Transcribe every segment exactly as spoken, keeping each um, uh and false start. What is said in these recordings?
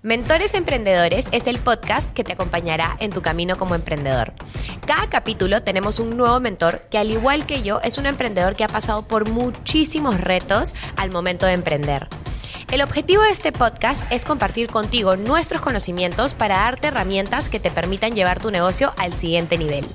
Mentores Emprendedores es el podcast que te acompañará en tu camino como emprendedor. Cada capítulo tenemos un nuevo mentor que, al igual que yo, es un emprendedor que ha pasado por muchísimos retos al momento de emprender. El objetivo de este podcast es compartir contigo nuestros conocimientos para darte herramientas que te permitan llevar tu negocio al siguiente nivel.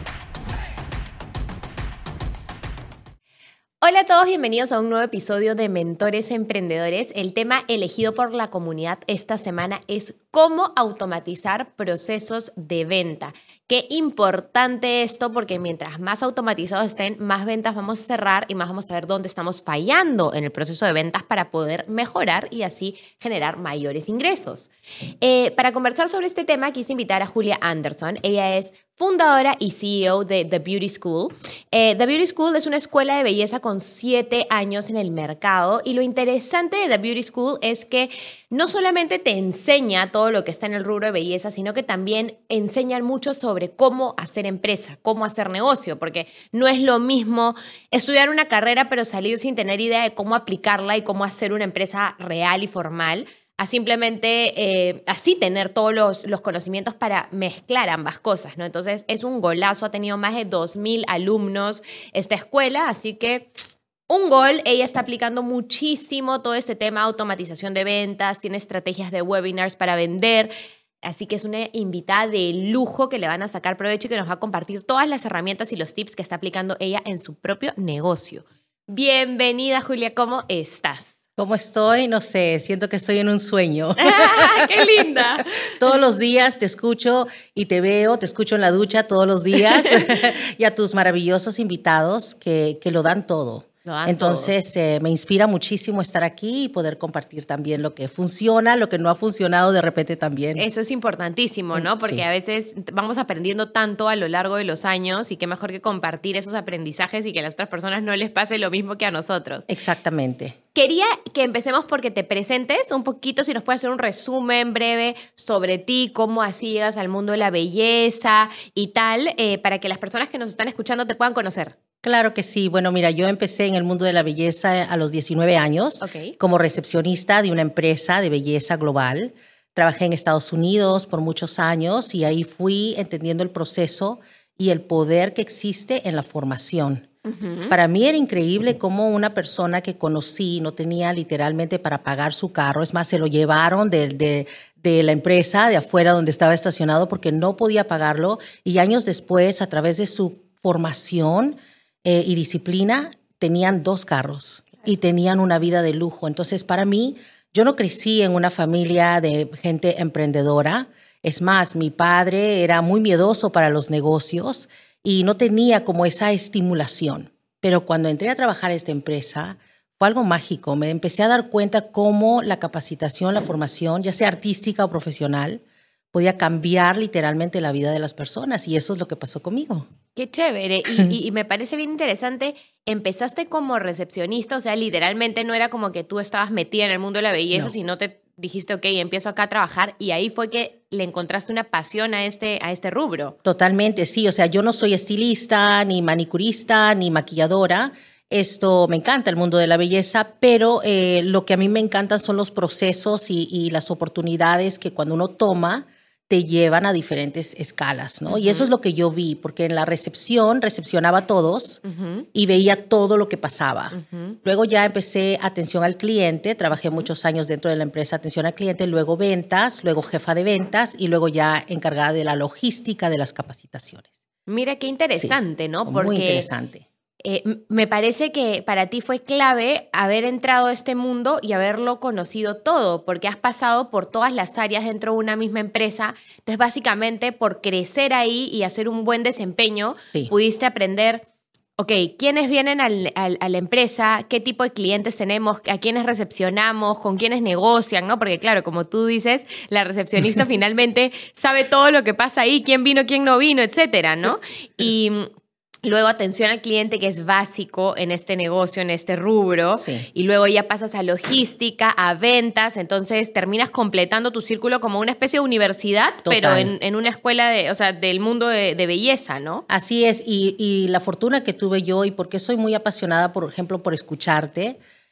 Hola a todos, bienvenidos a un nuevo episodio de Mentores Emprendedores. El tema elegido por la comunidad esta semana es cómo automatizar procesos de venta. Qué importante esto, porque mientras más automatizados estén, más ventas vamos a cerrar y más vamos a ver dónde estamos fallando en el proceso de ventas para poder mejorar y así generar mayores ingresos. Eh, para conversar sobre este tema quise invitar a Julia Anderson. Ella es fundadora y C E O de The Beauty School. Eh, The Beauty School es una escuela de belleza con siete años en el mercado, y lo interesante de The Beauty School es que no solamente te enseña todo lo que está en el rubro de belleza, sino que también enseñan mucho sobre cómo hacer empresa, cómo hacer negocio, porque no es lo mismo estudiar una carrera pero salir sin tener idea de cómo aplicarla y cómo hacer una empresa real y formal, a simplemente eh, así tener todos los, los conocimientos para mezclar ambas cosas, ¿no? Entonces es un golazo, ha tenido más de dos mil alumnos esta escuela, así que un gol. Ella está aplicando muchísimo todo este tema de automatización de ventas, tiene estrategias de webinars para vender, así que es una invitada de lujo que le van a sacar provecho y que nos va a compartir todas las herramientas y los tips que está aplicando ella en su propio negocio. Bienvenida, Julia, ¿cómo estás? ¿Cómo estoy? No sé, siento que estoy en un sueño. ¡Qué linda! Todos los días te escucho y te veo, te escucho en la ducha todos los días y a tus maravillosos invitados que, que lo dan todo. Lo dan Entonces eh, me inspira muchísimo estar aquí y poder compartir también lo que funciona, lo que no ha funcionado de repente también. Eso es importantísimo, ¿no? Porque sí, a veces vamos aprendiendo tanto a lo largo de los años y qué mejor que compartir esos aprendizajes y que a las otras personas no les pase lo mismo que a nosotros. Exactamente. Quería que empecemos porque te presentes un poquito, si nos puedes hacer un resumen breve sobre ti, cómo así llegas al mundo de la belleza y tal, eh, para que las personas que nos están escuchando te puedan conocer. Claro que sí. Bueno, mira, yo empecé en el mundo de la belleza a los diecinueve años, okay, como recepcionista de una empresa de belleza global. Trabajé en Estados Unidos por muchos años y ahí fui entendiendo el proceso y el poder que existe en la formación. Uh-huh. Para mí era increíble cómo una persona que conocí no tenía literalmente para pagar su carro. Es más, se lo llevaron de, de, de la empresa de afuera donde estaba estacionado porque no podía pagarlo. Y años después, a través de su formación eh, y disciplina, tenían dos carros y tenían una vida de lujo. Entonces, para mí, yo no crecí en una familia de gente emprendedora. Es más, mi padre era muy miedoso para los negocios y no tenía como esa estimulación. Pero cuando entré a trabajar en esta empresa, fue algo mágico. Me empecé a dar cuenta cómo la capacitación, la formación, ya sea artística o profesional, podía cambiar literalmente la vida de las personas. Y eso es lo que pasó conmigo. Qué chévere. Y, y, y me parece bien interesante. Empezaste como recepcionista, o sea, literalmente no era como que tú estabas metida en el mundo de la belleza, No. sino te dijiste, ok, empiezo acá a trabajar, y ahí fue que le encontraste una pasión a este, a este rubro. Totalmente, sí. O sea, yo no soy estilista, ni manicurista, ni maquilladora. Esto me encanta el mundo de la belleza, pero eh, lo que a mí me encantan son los procesos y, y las oportunidades que cuando uno toma te llevan a diferentes escalas, ¿no? Uh-huh. Y eso es lo que yo vi, porque en la recepción recepcionaba a todos uh-huh. y veía todo lo que pasaba. Uh-huh. Luego ya empecé atención al cliente, trabajé uh-huh. muchos años dentro de la empresa atención al cliente, luego ventas, luego jefa de ventas y luego ya encargada de la logística de las capacitaciones. Mira qué interesante, sí, ¿no? Porque muy interesante. Eh, me parece que para ti fue clave haber entrado a este mundo y haberlo conocido todo, porque has pasado por todas las áreas dentro de una misma empresa. Entonces, básicamente, por crecer ahí y hacer un buen desempeño, sí, pudiste aprender, ok, quiénes vienen al, al, a la empresa, qué tipo de clientes tenemos, a quiénes recepcionamos, con quiénes negocian, ¿no? Porque, claro, como tú dices, la recepcionista finalmente sabe todo lo que pasa ahí, quién vino, quién no vino, etcétera, ¿no? Y luego atención al cliente, que es básico en este negocio, en este rubro. Sí. Y luego ya pasas a logística, a ventas. Entonces terminas completando tu círculo como una especie de universidad, total, pero en, en una escuela de, o sea, del mundo de, de belleza, ¿no? Así es. Y, y la fortuna que tuve yo, y porque soy muy apasionada, por ejemplo, por escucharte,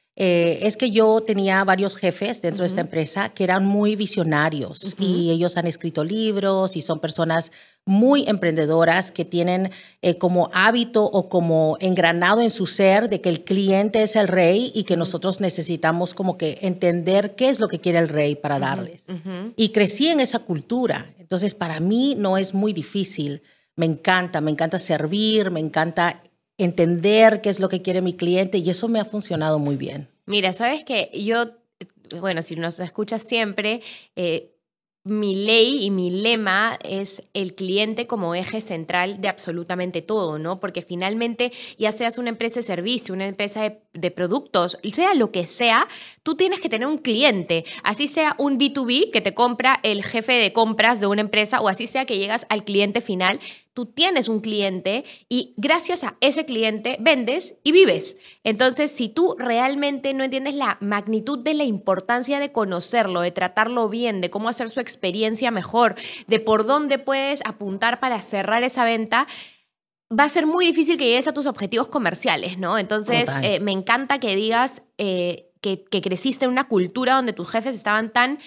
Eh, es que yo tenía varios jefes dentro uh-huh. de esta empresa que eran muy visionarios uh-huh. y ellos han escrito libros y son personas muy emprendedoras que tienen eh, como hábito o como engranado en su ser de que el cliente es el rey y que uh-huh. nosotros necesitamos como que entender qué es lo que quiere el rey para uh-huh. darles. Uh-huh. Y crecí en esa cultura. Entonces, para mí no es muy difícil. Me encanta, me encanta servir, me encanta entender qué es lo que quiere mi cliente y eso me ha funcionado muy bien. Mira, sabes que yo, bueno, si nos escuchas siempre, eh, mi ley y mi lema es el cliente como eje central de absolutamente todo, ¿no? Porque finalmente, ya seas una empresa de servicio, una empresa de, de productos, sea lo que sea, tú tienes que tener un cliente. Así sea un B dos B que te compra el jefe de compras de una empresa o así sea que llegas al cliente final, tú tienes un cliente y gracias a ese cliente vendes y vives. Entonces, si tú realmente no entiendes la magnitud de la importancia de conocerlo, de tratarlo bien, de cómo hacer su experiencia mejor, de por dónde puedes apuntar para cerrar esa venta, va a ser muy difícil que llegues a tus objetivos comerciales, ¿no? Entonces, eh, me encanta que digas eh, que, que creciste en una cultura donde tus jefes estaban tan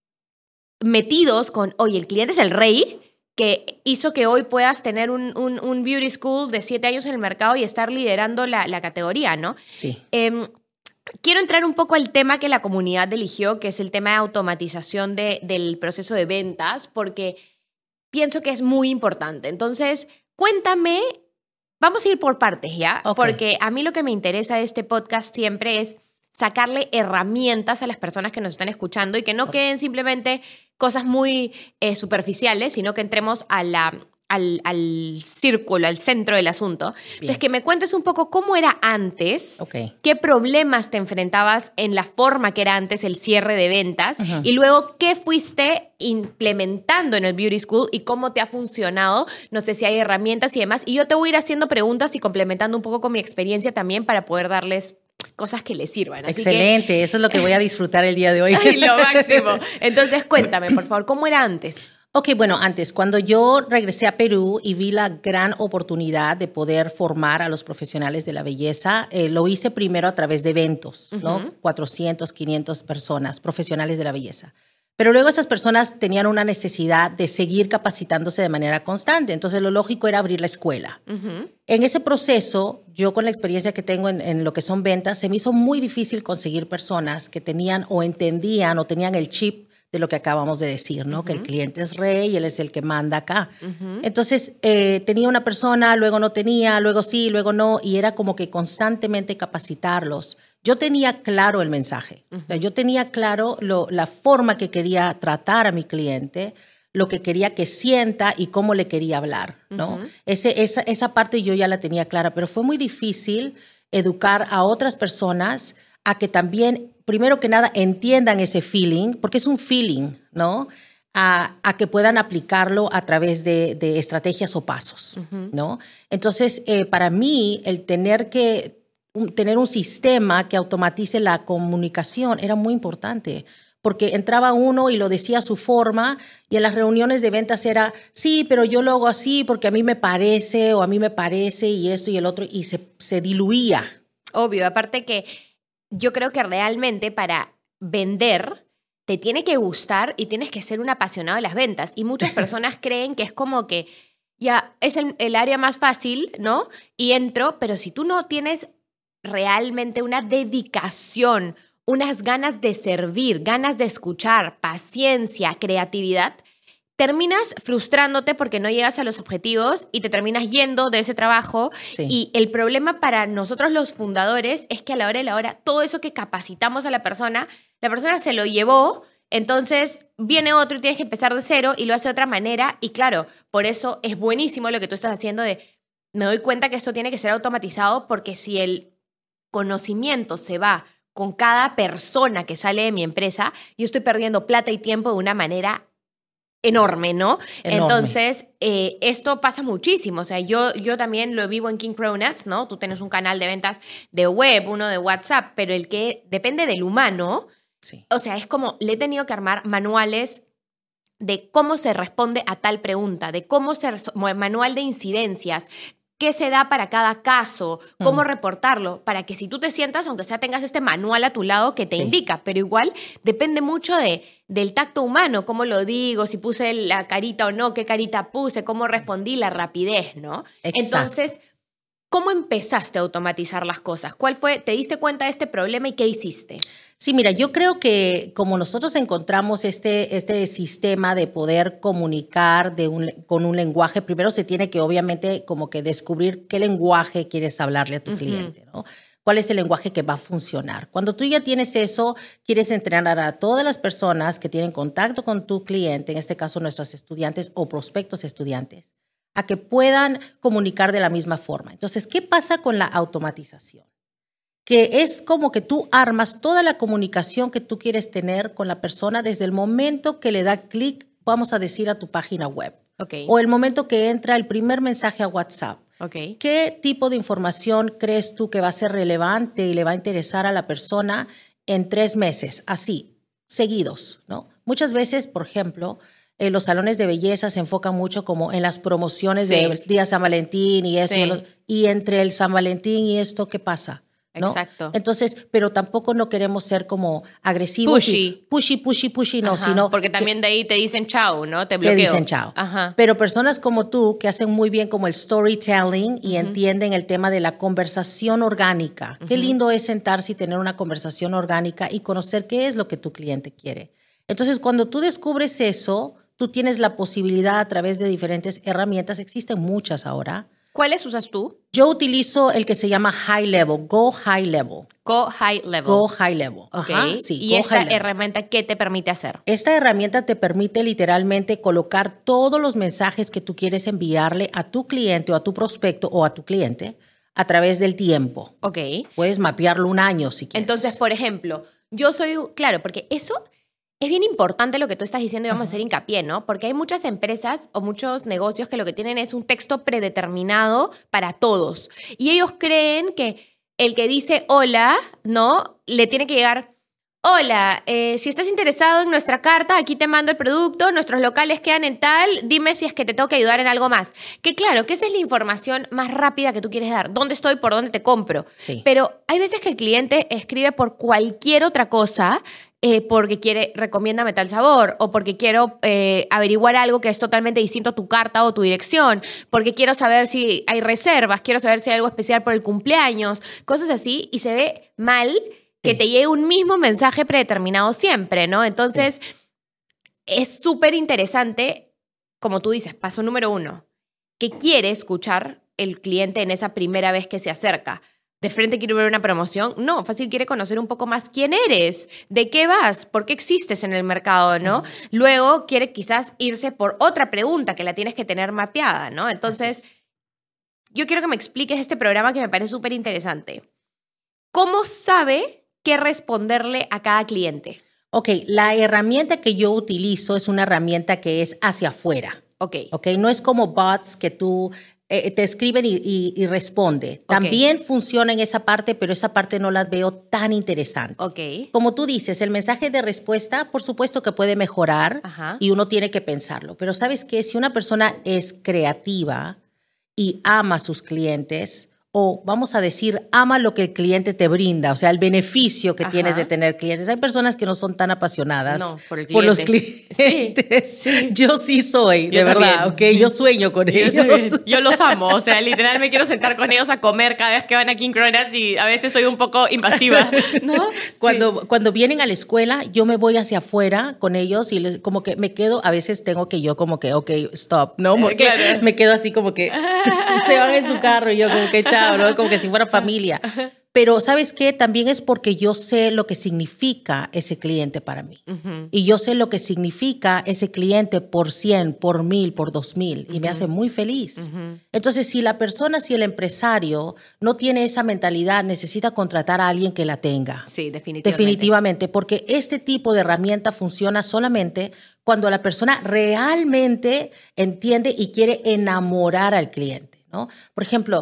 metidos con, oye, el cliente es el rey, que hizo que hoy puedas tener un, un, un beauty school de siete años en el mercado y estar liderando la, la categoría, ¿no? Sí. Eh, quiero entrar un poco al tema que la comunidad eligió, que es el tema de automatización de, del proceso de ventas, porque pienso que es muy importante. Entonces, cuéntame, vamos a ir por partes, ¿ya? Okay. Porque a mí lo que me interesa de este podcast siempre es sacarle herramientas a las personas que nos están escuchando y que no queden simplemente cosas muy eh, superficiales, sino que entremos a la, al, al círculo, al centro del asunto. Bien. Entonces, que me cuentes un poco cómo era antes, okay. qué problemas te enfrentabas en la forma que era antes el cierre de ventas uh-huh. y luego qué fuiste implementando en el Beauty School y cómo te ha funcionado. No sé si hay herramientas y demás. Y yo te voy a ir haciendo preguntas y complementando un poco con mi experiencia también para poder darles cosas que les sirvan. Así Excelente, que, eso es lo que voy a disfrutar el día de hoy. Ay, lo máximo. Entonces, cuéntame, por favor, ¿cómo era antes? Ok, bueno, antes, cuando yo regresé a Perú y vi la gran oportunidad de poder formar a los profesionales de la belleza, eh, lo hice primero a través de eventos, uh-huh. ¿no? cuatrocientas, quinientas personas, profesionales de la belleza. Pero luego esas personas tenían una necesidad de seguir capacitándose de manera constante. Entonces, lo lógico era abrir la escuela. Uh-huh. En ese proceso, yo con la experiencia que tengo en, en lo que son ventas, se me hizo muy difícil conseguir personas que tenían o entendían o tenían el chip de lo que acabamos de decir, ¿no? Uh-huh. Que el cliente es rey y él es el que manda acá. Uh-huh. Entonces, eh, tenía una persona, luego no tenía, luego sí, luego no, y era como que constantemente capacitarlos. Yo tenía claro el mensaje. Uh-huh. O sea, yo tenía claro lo, la forma que quería tratar a mi cliente, lo que quería que sienta y cómo le quería hablar, ¿no? Uh-huh. Ese, esa, esa parte yo ya la tenía clara, pero fue muy difícil educar a otras personas a que también, primero que nada, entiendan ese feeling, porque es un feeling, ¿no? A, a que puedan aplicarlo a través de, de estrategias o pasos, uh-huh. ¿no? Entonces, eh, para mí, el tener que un, tener un sistema que automatice la comunicación era muy importante, porque entraba uno y lo decía a su forma y en las reuniones de ventas era, sí, pero yo lo hago así porque a mí me parece o a mí me parece y esto y el otro, y se, se diluía. Obvio, aparte que yo creo que realmente para vender te tiene que gustar y tienes que ser un apasionado de las ventas. Y muchas personas creen que es como que ya es el, el área más fácil, ¿no? Y entro, pero si tú no tienes realmente una dedicación, unas ganas de servir, ganas de escuchar, paciencia, creatividad, terminas frustrándote porque no llegas a los objetivos y te terminas yendo de ese trabajo. Sí. Y el problema para nosotros los fundadores es que a la hora de la hora, todo eso que capacitamos a la persona, la persona se lo llevó, entonces viene otro y tienes que empezar de cero y lo hace de otra manera. Y claro, por eso es buenísimo lo que tú estás haciendo de, me doy cuenta que esto tiene que ser automatizado porque si el conocimiento se va con cada persona que sale de mi empresa, yo estoy perdiendo plata y tiempo de una manera enorme, ¿no? Enorme. Entonces, eh, esto pasa muchísimo. O sea, yo, yo también lo vivo en King Cronuts, ¿no? Tú tienes un canal de ventas de web, uno de WhatsApp, pero el que depende del humano, sí. O sea, es como, le he tenido que armar manuales de cómo se responde a tal pregunta, de cómo se, manual de incidencias, qué se da para cada caso, cómo mm. reportarlo, para que si tú te sientas, aunque sea tengas este manual a tu lado que te sí. indica, pero igual depende mucho de, del tacto humano, cómo lo digo, si puse la carita o no, qué carita puse, cómo respondí, la rapidez, ¿no? Exacto. Entonces, ¿cómo empezaste a automatizar las cosas? ¿Cuál fue, te diste cuenta de este problema y qué hiciste? Sí, mira, yo creo que como nosotros encontramos este, este sistema de poder comunicar de un, con un lenguaje, primero se tiene que obviamente como que descubrir qué lenguaje quieres hablarle a tu uh-huh. cliente, ¿no? ¿Cuál es el lenguaje que va a funcionar? Cuando tú ya tienes eso, quieres entrenar a todas las personas que tienen contacto con tu cliente, en este caso nuestros estudiantes o prospectos estudiantes, a que puedan comunicar de la misma forma. Entonces, ¿qué pasa con la automatización? Que es como que tú armas toda la comunicación que tú quieres tener con la persona desde el momento que le da clic, vamos a decir, a tu página web. Okay. O el momento que entra el primer mensaje a WhatsApp. Okay. ¿Qué tipo de información crees tú que va a ser relevante y le va a interesar a la persona en tres meses? Así, seguidos, ¿no? Muchas veces, por ejemplo, eh, los salones de belleza se enfocan mucho como en las promociones sí. del día San Valentín y eso. Sí. Y entre el San Valentín y esto, ¿qué pasa? ¿No? Exacto. Entonces, pero tampoco no queremos ser como agresivos. Pushy. Pushy, pushy, pushy, no, Ajá, sino... porque también de ahí te dicen chao, ¿no? Te bloqueo. Te dicen chao. Ajá. Pero personas como tú que hacen muy bien como el storytelling y uh-huh. entienden el tema de la conversación orgánica. Uh-huh. Qué lindo es sentarse y tener una conversación orgánica y conocer qué es lo que tu cliente quiere. Entonces, cuando tú descubres eso, tú tienes la posibilidad a través de diferentes herramientas, existen muchas ahora. ¿Cuáles usas tú? Yo utilizo el que se llama High Level, Go High Level. Go High Level. Go High Level. Okay. Ajá, sí, ¿Y Go esta High herramienta qué te permite hacer? Esta herramienta te permite literalmente colocar todos los mensajes que tú quieres enviarle a tu cliente o a tu prospecto o a tu cliente a través del tiempo. Ok. Puedes mapearlo un año si quieres. Entonces, por ejemplo, yo soy... Claro, porque eso... Es bien importante lo que tú estás diciendo y vamos uh-huh. a hacer hincapié, ¿no? Porque hay muchas empresas o muchos negocios que lo que tienen es un texto predeterminado para todos. Y ellos creen que el que dice hola, ¿no? Le tiene que llegar, hola, eh, si estás interesado en nuestra carta, aquí te mando el producto, nuestros locales quedan en tal, dime si es que te tengo que ayudar en algo más. Que claro, que esa es la información más rápida que tú quieres dar. ¿Dónde estoy? ¿Por dónde te compro? Sí. Pero hay veces que el cliente escribe por cualquier otra cosa, Eh, porque quiere, recomiéndame tal sabor, o porque quiero eh, averiguar algo que es totalmente distinto a tu carta o tu dirección, porque quiero saber si hay reservas, quiero saber si hay algo especial por el cumpleaños, cosas así, y se ve mal que sí. te llegue un mismo mensaje predeterminado siempre, ¿no? Entonces, sí. es súper interesante, como tú dices, paso número uno, ¿qué quiere escuchar el cliente en esa primera vez que se acerca? ¿De frente quiere ver una promoción? No, fácil quiere conocer un poco más quién eres, de qué vas, por qué existes en el mercado, ¿no? Uh-huh. Luego quiere quizás irse por otra pregunta que la tienes que tener mapeada, ¿no? Entonces, yo quiero que me expliques este programa que me parece súper interesante. ¿Cómo sabe qué responderle a cada cliente? Ok, la herramienta que yo utilizo es una herramienta que es hacia afuera. Ok. Ok, no es como bots que tú... Eh, te escriben y, y, y responde. También okay. funciona en esa parte, pero esa parte no la veo tan interesante. Okay. Como tú dices, el mensaje de respuesta, por supuesto que puede mejorar Ajá. y uno tiene que pensarlo. Pero ¿sabes qué? Si una persona es creativa y ama a sus clientes, o vamos a decir, ama lo que el cliente te brinda, o sea, el beneficio que Ajá. tienes de tener clientes. Hay personas que no son tan apasionadas no, por, el por los clientes. Sí, sí. Yo sí soy, yo de también. verdad, ¿ok? Yo sueño con yo ellos. También. Yo los amo, o sea, literal me quiero sentar con ellos a comer cada vez que van a King Cronuts y a veces soy un poco invasiva, ¿no? Cuando, sí. cuando vienen a la escuela, yo me voy hacia afuera con ellos y les, como que me quedo, a veces tengo que yo como que, ok, stop, ¿no? Porque claro. me quedo así como que se van en su carro y yo como que chao, ¿no? Como que si fuera familia. Pero ¿sabes qué? También es porque yo sé lo que significa ese cliente para mí. Uh-huh. Y yo sé lo que significa ese cliente por cien, por mil, por dos mil. Uh-huh. Y me hace muy feliz. Uh-huh. Entonces, si la persona, si el empresario no tiene esa mentalidad, necesita contratar a alguien que la tenga. Sí, definitivamente. Definitivamente. Porque este tipo de herramienta funciona solamente cuando la persona realmente entiende y quiere enamorar al cliente, ¿no? Por ejemplo,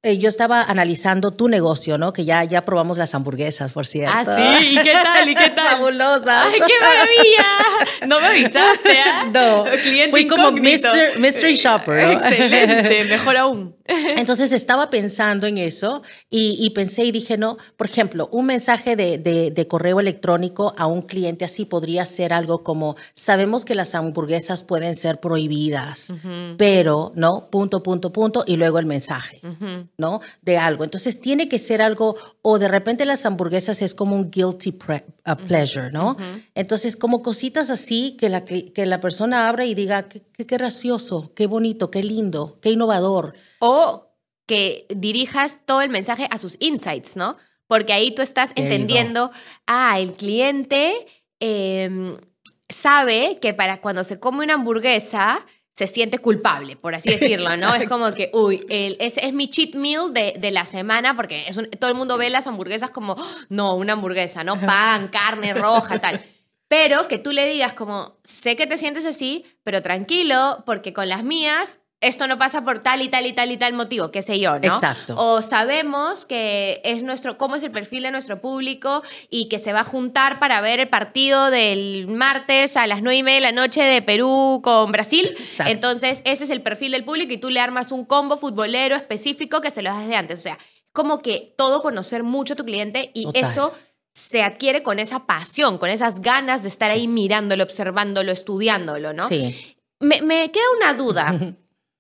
eh, yo estaba analizando tu negocio, ¿no? Que ya, ya probamos las hamburguesas, por cierto. Ah, sí. ¿Y qué tal? ¿Y qué tal? Fabulosas. ¡Ay, qué maravilla! No me avisaste, ¿eh? No. Cliente Fui como incógnito. mister Mystery Shopper, ¿no? Excelente. Mejor aún. Entonces estaba pensando en eso y, y pensé y dije, no, por ejemplo, un mensaje de, de, de correo electrónico a un cliente así podría ser algo como, sabemos que las hamburguesas pueden ser prohibidas, uh-huh. pero, ¿no? Punto, punto, punto, y luego el mensaje, uh-huh. ¿no? De algo. Entonces tiene que ser algo, o de repente las hamburguesas es como un guilty pre, uh, pleasure, ¿no? Uh-huh. Entonces como cositas así que la, que la persona abra y diga, qué, qué, qué gracioso, qué bonito, qué lindo, qué innovador. O que dirijas todo el mensaje a sus insights, ¿no? Porque ahí tú estás There entendiendo, ah, el cliente eh, sabe que para cuando se come una hamburguesa se siente culpable, por así decirlo, ¿no? Es como que, uy, el, ese es mi cheat meal de, de la semana, porque es un, todo el mundo ve las hamburguesas como, oh, no, una hamburguesa, ¿no? Pan, carne roja, tal. Pero que tú le digas como, sé que te sientes así, pero tranquilo, porque con las mías esto no pasa por tal y tal y tal y tal motivo, qué sé yo, ¿no? Exacto. O sabemos que es nuestro, cómo es el perfil de nuestro público y que se va a juntar para ver el partido del martes a las nueve y media de la noche de Perú con Brasil. Exacto. Entonces, ese es el perfil del público y tú le armas un combo futbolero específico que se lo das de antes. O sea, como que todo conocer mucho a tu cliente y Total. Eso se adquiere con esa pasión, con esas ganas de estar sí. ahí mirándolo, observándolo, estudiándolo, ¿no? Sí. Me, me queda una duda.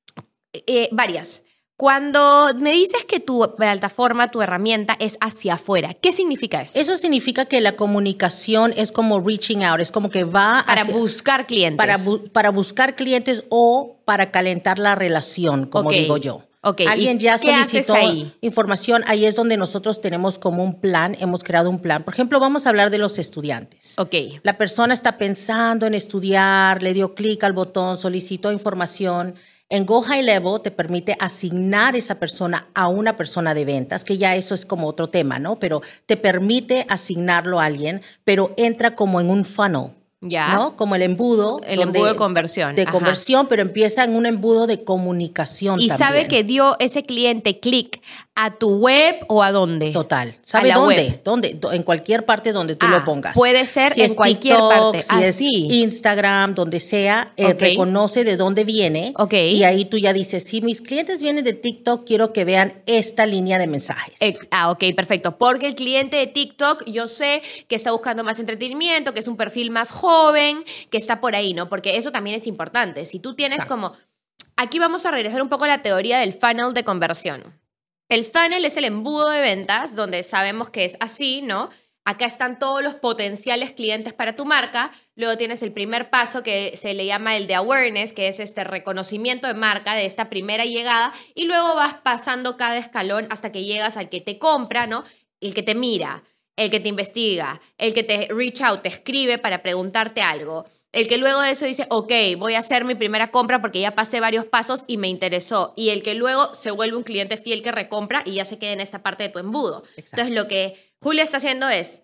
Eh, varias. Cuando me dices que tu plataforma, tu herramienta es hacia afuera, ¿qué significa eso? Eso significa que la comunicación es como reaching out, es como que va para hacia, buscar clientes. Para, bu para buscar clientes o para calentar la relación, como okay. digo yo. Okay. Alguien ya solicitó ahí? información, ahí es donde nosotros tenemos como un plan, hemos creado un plan. Por ejemplo, vamos a hablar de los estudiantes. Okay. La persona está pensando en estudiar, le dio clic al botón, solicitó información. En Go High Level te permite asignar esa persona a una persona de ventas, que ya eso es como otro tema, ¿no? Pero te permite asignarlo a alguien, pero entra como en un funnel. Ya. ¿No? Como el embudo. El donde, embudo de conversión. De Ajá. conversión, pero empieza en un embudo de comunicación y también. Y sabe que dio ese cliente clic a tu web o a dónde. Total. ¿Sabe dónde? ¿Dónde? En cualquier parte donde tú ah, lo pongas. Puede ser si en cualquier TikTok, parte. Si ah, es sí. Instagram, donde sea, eh, okay. reconoce de dónde viene. Okay. Y ahí tú ya dices, si mis clientes vienen de TikTok, quiero que vean esta línea de mensajes. Ex ah, ok, perfecto. Porque el cliente de TikTok, yo sé que está buscando más entretenimiento, que es un perfil más joven, que está por ahí, ¿no? Porque eso también es importante. Si tú tienes Exacto. como... Aquí vamos a regresar un poco a la teoría del funnel de conversión. El funnel es el embudo de ventas, donde sabemos que es así, ¿no? Acá están todos los potenciales clientes para tu marca. Luego tienes el primer paso que se le llama el de awareness, que es este reconocimiento de marca de esta primera llegada. Y luego vas pasando cada escalón hasta que llegas al que te compra, ¿no? El que te mira, el que te investiga, el que te reach out, te escribe para preguntarte algo. El que luego de eso dice, ok, voy a hacer mi primera compra porque ya pasé varios pasos y me interesó. Y el que luego se vuelve un cliente fiel que recompra y ya se queda en esta parte de tu embudo. Exacto. Entonces, lo que Julia está haciendo es,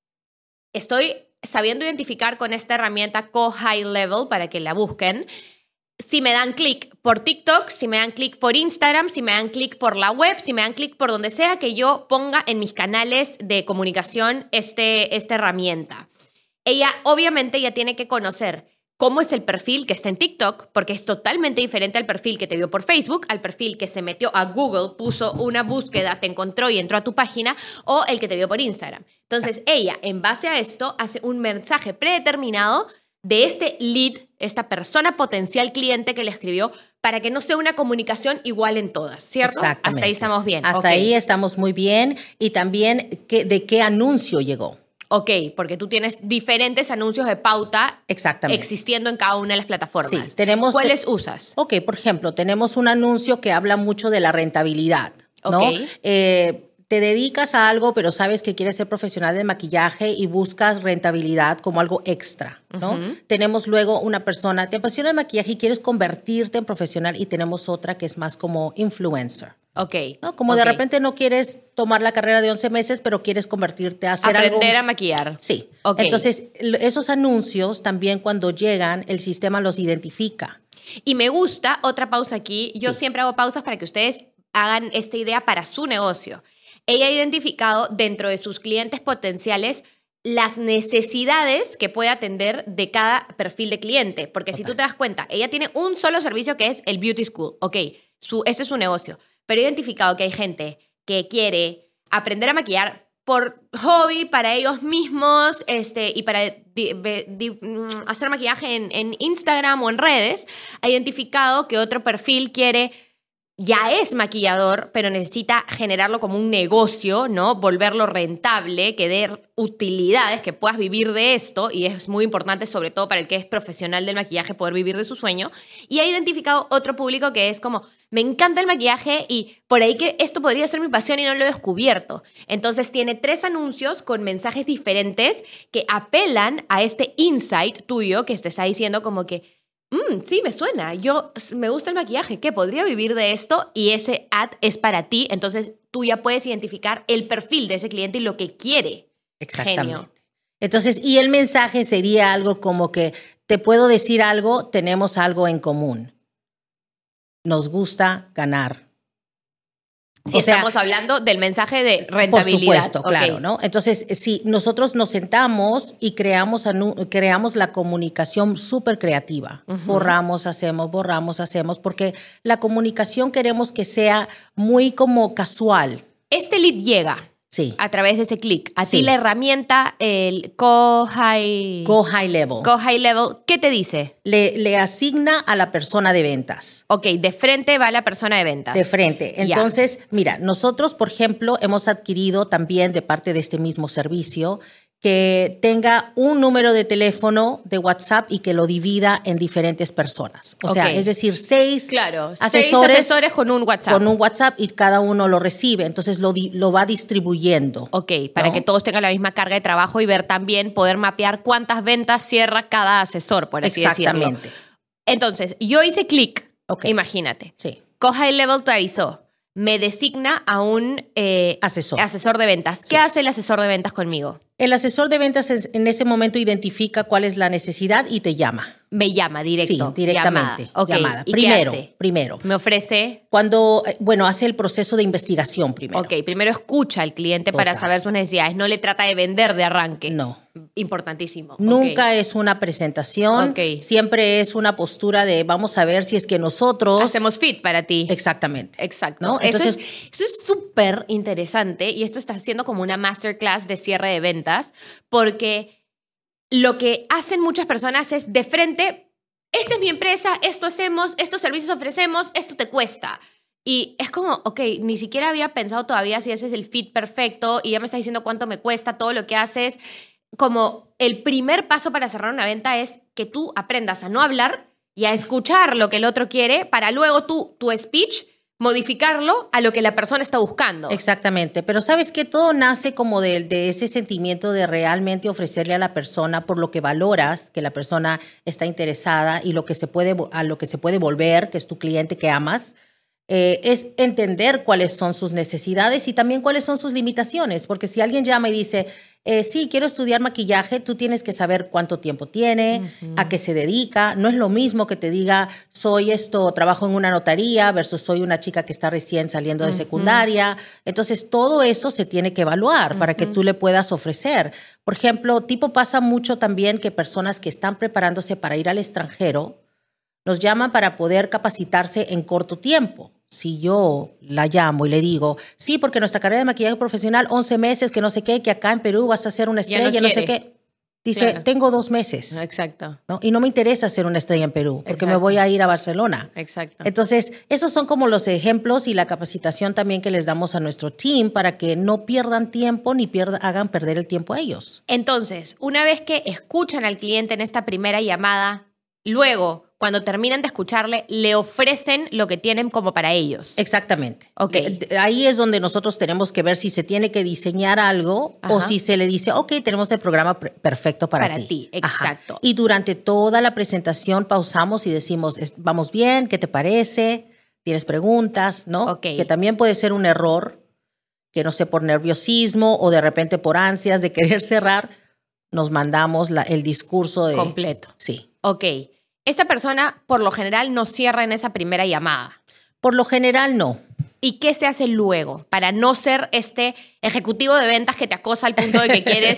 estoy sabiendo identificar con esta herramienta Go High Level para que la busquen. Si me dan clic por TikTok, si me dan clic por Instagram, si me dan clic por la web, si me dan clic por donde sea que yo ponga en mis canales de comunicación este, esta herramienta. Ella obviamente ya tiene que conocer cómo es el perfil que está en TikTok, porque es totalmente diferente al perfil que te vio por Facebook, al perfil que se metió a Google, puso una búsqueda, te encontró y entró a tu página, o el que te vio por Instagram. Entonces, ella, en base a esto, hace un mensaje predeterminado de este lead, esta persona potencial cliente que le escribió, para que no sea una comunicación igual en todas, ¿cierto? Exactamente. Hasta ahí estamos bien. Hasta okay. ahí estamos muy bien. Y también, ¿qué, ¿de qué anuncio llegó? Ok, porque tú tienes diferentes anuncios de pauta Exactamente. existiendo en cada una de las plataformas. Sí, tenemos ¿Cuáles te usas? Ok, por ejemplo, tenemos un anuncio que habla mucho de la rentabilidad, ¿no? Okay. Eh, te dedicas a algo, pero sabes que quieres ser profesional de maquillaje y buscas rentabilidad como algo extra, ¿no? Uh-huh. Tenemos luego una persona, te apasiona el maquillaje y quieres convertirte en profesional, y tenemos otra que es más como influencer. Ok. ¿No? Como okay. de repente no quieres tomar la carrera de once meses, pero quieres convertirte a hacer Aprender algo. Aprender a maquillar. Sí. Okay. Entonces, esos anuncios también cuando llegan, el sistema los identifica. Y me gusta, otra pausa aquí, yo sí. siempre hago pausas para que ustedes hagan esta idea para su negocio. Ella ha identificado dentro de sus clientes potenciales las necesidades que puede atender de cada perfil de cliente. Porque Total. Si tú te das cuenta, ella tiene un solo servicio que es el Beauty School. Ok, su, este es su negocio. Pero ha identificado que hay gente que quiere aprender a maquillar por hobby, para ellos mismos, este, y para di, di, hacer maquillaje en, en Instagram o en redes. Ha identificado que otro perfil quiere, ya es maquillador, pero necesita generarlo como un negocio, ¿no? Volverlo rentable, que dé utilidades, que puedas vivir de esto, y es muy importante, sobre todo para el que es profesional del maquillaje, poder vivir de su sueño. Y ha identificado otro público que es como, me encanta el maquillaje y por ahí que esto podría ser mi pasión y no lo he descubierto. Entonces tiene tres anuncios con mensajes diferentes que apelan a este insight tuyo que te está diciendo como que, Mm, sí, me suena. Yo me gusta el maquillaje. ¿Qué? ¿Podría vivir de esto? Y ese ad es para ti. Entonces, tú ya puedes identificar el perfil de ese cliente y lo que quiere. Exactamente. Genio. Entonces, y el mensaje sería algo como que te puedo decir algo, tenemos algo en común. Nos gusta ganar. Si o sea, estamos hablando del mensaje de rentabilidad. Por supuesto, okay. claro, ¿no? Entonces, si nosotros nos sentamos y creamos, creamos la comunicación súper creativa, uh-huh. borramos, hacemos, borramos, hacemos, porque la comunicación queremos que sea muy como casual. Este lead llega. Sí. A través de ese clic. A sí. ti la herramienta, el Go High... Go High Level. Go High Level, ¿qué te dice? Le, le asigna a la persona de ventas. Ok, de frente va la persona de ventas. De frente. Entonces, ya. Mira, nosotros, por ejemplo, hemos adquirido también de parte de este mismo servicio que tenga un número de teléfono de WhatsApp y que lo divida en diferentes personas. O okay. sea, es decir, seis, claro, asesores, seis asesores con un WhatsApp. Con un WhatsApp y cada uno lo recibe. Entonces lo, lo va distribuyendo. Ok, para ¿no? que todos tengan la misma carga de trabajo y ver también, poder mapear cuántas ventas cierra cada asesor, por así Exactamente. decirlo. Entonces, yo hice clic, okay. imagínate. Sí. Go High Level te avisó. Me designa a un eh, asesor. asesor de ventas. ¿Qué sí. hace el asesor de ventas conmigo? El asesor de ventas en ese momento identifica cuál es la necesidad y te llama. Me llama directo. Sí, directamente. Llamada. Okay. Llamada. ¿Y primero, qué hace? primero. Me ofrece... Cuando, bueno, hace el proceso de investigación primero. Ok, primero escucha al cliente Total. para saber sus necesidades. No le trata de vender de arranque. No. Importantísimo. Nunca okay. es una presentación. Okay. Siempre es una postura de vamos a ver si es que nosotros... Hacemos fit para ti. Exactamente. Exacto. ¿No? Entonces, eso es súper interesante y esto está haciendo como una masterclass de cierre de ventas porque lo que hacen muchas personas es de frente... Esta es mi empresa, esto hacemos, estos servicios ofrecemos, esto te cuesta. Y es como, ok, ni siquiera había pensado todavía si ese es el fit perfecto y ya me estás diciendo cuánto me cuesta todo lo que haces. Como el primer paso para cerrar una venta es que tú aprendas a no hablar y a escuchar lo que el otro quiere para luego tú, tu speech, modificarlo a lo que la persona está buscando. Exactamente, pero sabes que todo nace como de, de ese sentimiento de realmente ofrecerle a la persona por lo que valoras, que la persona está interesada y lo que se puede, a lo que se puede volver, que es tu cliente que amas. Eh, es entender cuáles son sus necesidades y también cuáles son sus limitaciones, porque si alguien llama y dice, eh, sí, quiero estudiar maquillaje, tú tienes que saber cuánto tiempo tiene, uh-huh. a qué se dedica. No es lo mismo que te diga, soy esto, trabajo en una notaría versus soy una chica que está recién saliendo de uh-huh. secundaria. Entonces, todo eso se tiene que evaluar uh-huh. para que tú le puedas ofrecer. Por ejemplo, tipo pasa mucho también que personas que están preparándose para ir al extranjero nos llaman para poder capacitarse en corto tiempo. Si yo la llamo y le digo, sí, porque nuestra carrera de maquillaje profesional, once meses, que no sé qué, que acá en Perú vas a ser una estrella, no, no sé qué. Dice, claro. tengo dos meses. Exacto. ¿no? Y no me interesa ser una estrella en Perú, porque Exacto. me voy a ir a Barcelona. Exacto. Entonces, esos son como los ejemplos y la capacitación también que les damos a nuestro team para que no pierdan tiempo ni pierda, hagan perder el tiempo a ellos. Entonces, una vez que escuchan al cliente en esta primera llamada, luego, cuando terminan de escucharle, le ofrecen lo que tienen como para ellos. Exactamente. Okay. De, de, ahí es donde nosotros tenemos que ver si se tiene que diseñar algo Ajá. o si se le dice, ok, tenemos el programa perfecto para, para ti. Para ti, exacto. Ajá. Y durante toda la presentación pausamos y decimos, vamos bien, ¿qué te parece? ¿Tienes preguntas? ¿No? Okay. Que también puede ser un error, que no sé, por nerviosismo o de repente por ansias de querer cerrar, nos mandamos la, el discurso de... completo. Sí. Ok. Esta persona, por lo general, no cierra en esa primera llamada. Por lo general, no. ¿Y qué se hace luego para no ser este ejecutivo de ventas que te acosa al punto de que quieres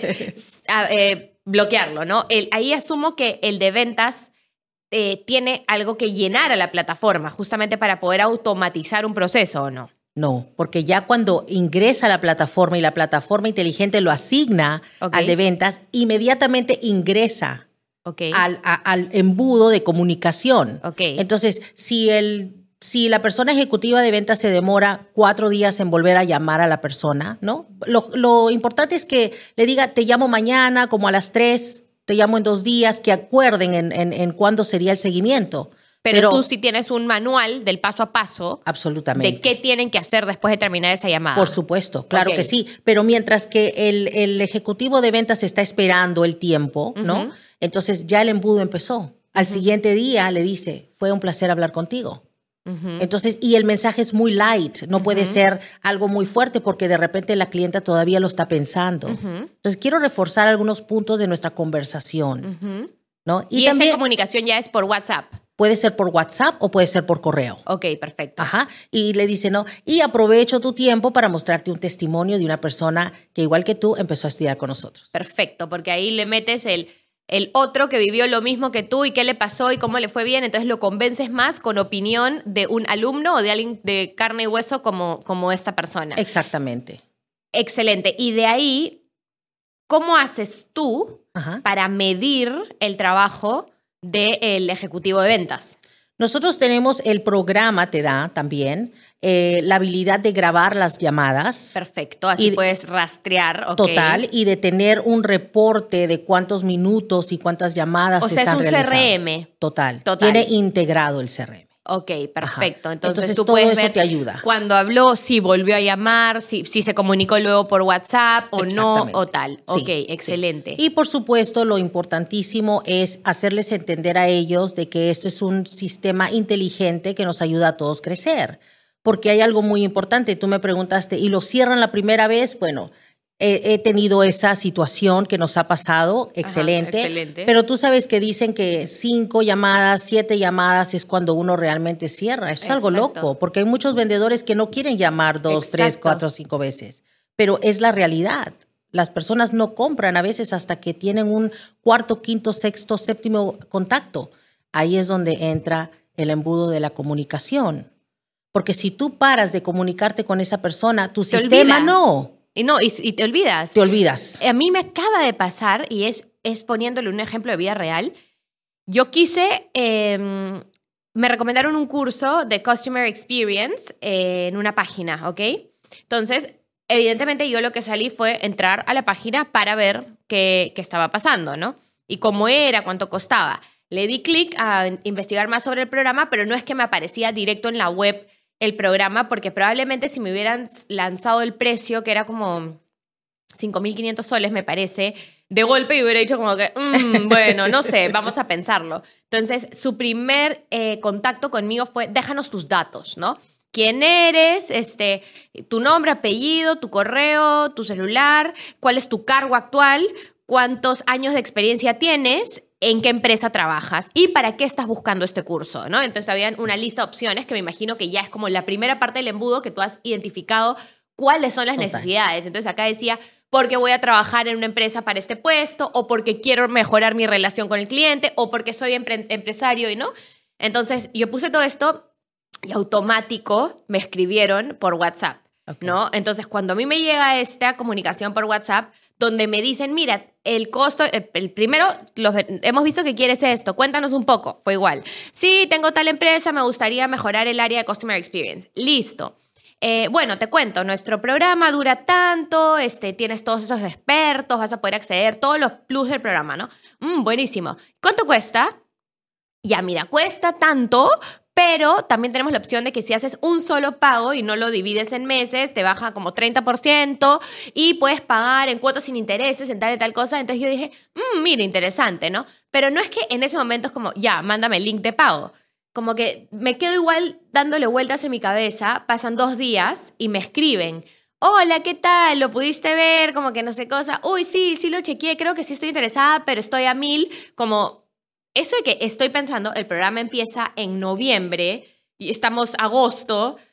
eh, bloquearlo, ¿no? El, ahí asumo que el de ventas eh, tiene algo que llenar a la plataforma justamente para poder automatizar un proceso, ¿o no? No, porque ya cuando ingresa a la plataforma y la plataforma inteligente lo asigna okay. al de ventas, inmediatamente ingresa okay. al, a, al embudo de comunicación. Okay. Entonces, si el... Si la persona ejecutiva de ventas se demora cuatro días en volver a llamar a la persona, ¿no? Lo, lo importante es que le diga, te llamo mañana como a las tres, te llamo en dos días, que acuerden en, en, en cuándo sería el seguimiento. Pero, Pero tú sí tienes un manual del paso a paso. Absolutamente. De qué tienen que hacer después de terminar esa llamada. Por supuesto, claro okay. que sí. Pero mientras que el, el ejecutivo de ventas está esperando el tiempo, ¿no? Uh-huh. Entonces ya el embudo empezó. Al uh-huh. siguiente día le dice, fue un placer hablar contigo. Uh-huh. Entonces, y el mensaje es muy light, no uh-huh. puede ser algo muy fuerte porque de repente la clienta todavía lo está pensando. Uh-huh. Entonces, quiero reforzar algunos puntos de nuestra conversación. Uh-huh. ¿no? Y, y también, esa comunicación ya es por WhatsApp. Puede ser por WhatsApp o puede ser por correo. Ok, perfecto. Ajá. Y le dice, no, y aprovecho tu tiempo para mostrarte un testimonio de una persona que igual que tú empezó a estudiar con nosotros. Perfecto, porque ahí le metes el... el otro que vivió lo mismo que tú y qué le pasó y cómo le fue bien, entonces lo convences más con opinión de un alumno o de alguien de carne y hueso como, como esta persona. Exactamente. Excelente. Y de ahí, ¿cómo haces tú Ajá. para medir el trabajo del ejecutivo de ventas? Nosotros tenemos el programa, te da también eh, la habilidad de grabar las llamadas. Perfecto, así y, puedes rastrear. Okay. Total, y de tener un reporte de cuántos minutos y cuántas llamadas o sea, están realizando. O sea, es un C R M. Total, Total. Tiene integrado el C R M. Ok, perfecto. Ajá. Entonces, Entonces tú todo puedes eso ver te ayuda. Cuando habló, si volvió a llamar, si, si se comunicó luego por WhatsApp o no, o tal. Sí, ok, excelente. Sí. Y por supuesto, lo importantísimo es hacerles entender a ellos de que esto es un sistema inteligente que nos ayuda a todos a crecer. Porque hay algo muy importante. Tú me preguntaste, ¿y lo cierran la primera vez? Bueno, he, he tenido esa situación que nos ha pasado, excelente, Ajá, excelente. Pero tú sabes que dicen que cinco llamadas, siete llamadas es cuando uno realmente cierra. Eso es Exacto. algo loco, porque hay muchos vendedores que no quieren llamar dos, Exacto. tres, cuatro, cinco veces. Pero es la realidad. Las personas no compran a veces hasta que tienen un cuarto, quinto, sexto, séptimo contacto. Ahí es donde entra el embudo de la comunicación. Porque si tú paras de comunicarte con esa persona, tu te sistema olvida. no. Y no, y, y te olvidas. Te olvidas. A mí me acaba de pasar, y es, es poniéndole un ejemplo de vida real. Yo quise, eh, me recomendaron un curso de Customer Experience eh, en una página, ¿ok? Entonces, evidentemente yo lo que salí fue entrar a la página para ver qué, qué estaba pasando, ¿no? Y cómo era, cuánto costaba. Le di clic a investigar más sobre el programa, pero no es que me aparecía directo en la web el programa, porque probablemente si me hubieran lanzado el precio, que era como cinco mil quinientos soles, me parece, de golpe y hubiera dicho como que, mmm, bueno, no sé, vamos a pensarlo. Entonces, su primer eh, contacto conmigo fue, déjanos tus datos, ¿no? ¿Quién eres? Este, tu nombre, apellido, tu correo, tu celular, cuál es tu cargo actual, cuántos años de experiencia tienes, en qué empresa trabajas y para qué estás buscando este curso, ¿no? Entonces habían una lista de opciones que me imagino que ya es como la primera parte del embudo que tú has identificado cuáles son las Total. necesidades. Entonces acá decía, porque voy a trabajar en una empresa para este puesto, o porque quiero mejorar mi relación con el cliente, o porque soy empre- empresario y no. Entonces yo puse todo esto y automático me escribieron por WhatsApp. Okay. ¿No? Entonces, cuando a mí me llega esta comunicación por WhatsApp, donde me dicen, mira, el costo, el, el primero, los, hemos visto que quieres esto, cuéntanos un poco, fue igual. Sí, tengo tal empresa, me gustaría mejorar el área de Customer Experience. Listo. Eh, bueno, te cuento, nuestro programa dura tanto, este, tienes todos esos expertos, vas a poder acceder, todos los plus del programa, ¿no? Mm, buenísimo. ¿Cuánto cuesta? Ya, mira, cuesta tanto, pero también tenemos la opción de que si haces un solo pago y no lo divides en meses, te baja como treinta por ciento y puedes pagar en cuotas sin intereses, en tal y tal cosa. Entonces yo dije, mmm, mira, interesante, ¿no? Pero no es que en ese momento es como, ya, mándame el link de pago. Como que me quedo igual dándole vueltas en mi cabeza, pasan dos días y me escriben, hola, ¿qué tal? ¿Lo pudiste ver? Como que no sé cosa. Uy, sí, sí lo chequeé, creo que sí estoy interesada, pero estoy a mil, como... Eso de que estoy pensando, el programa empieza en noviembre y estamos agosto,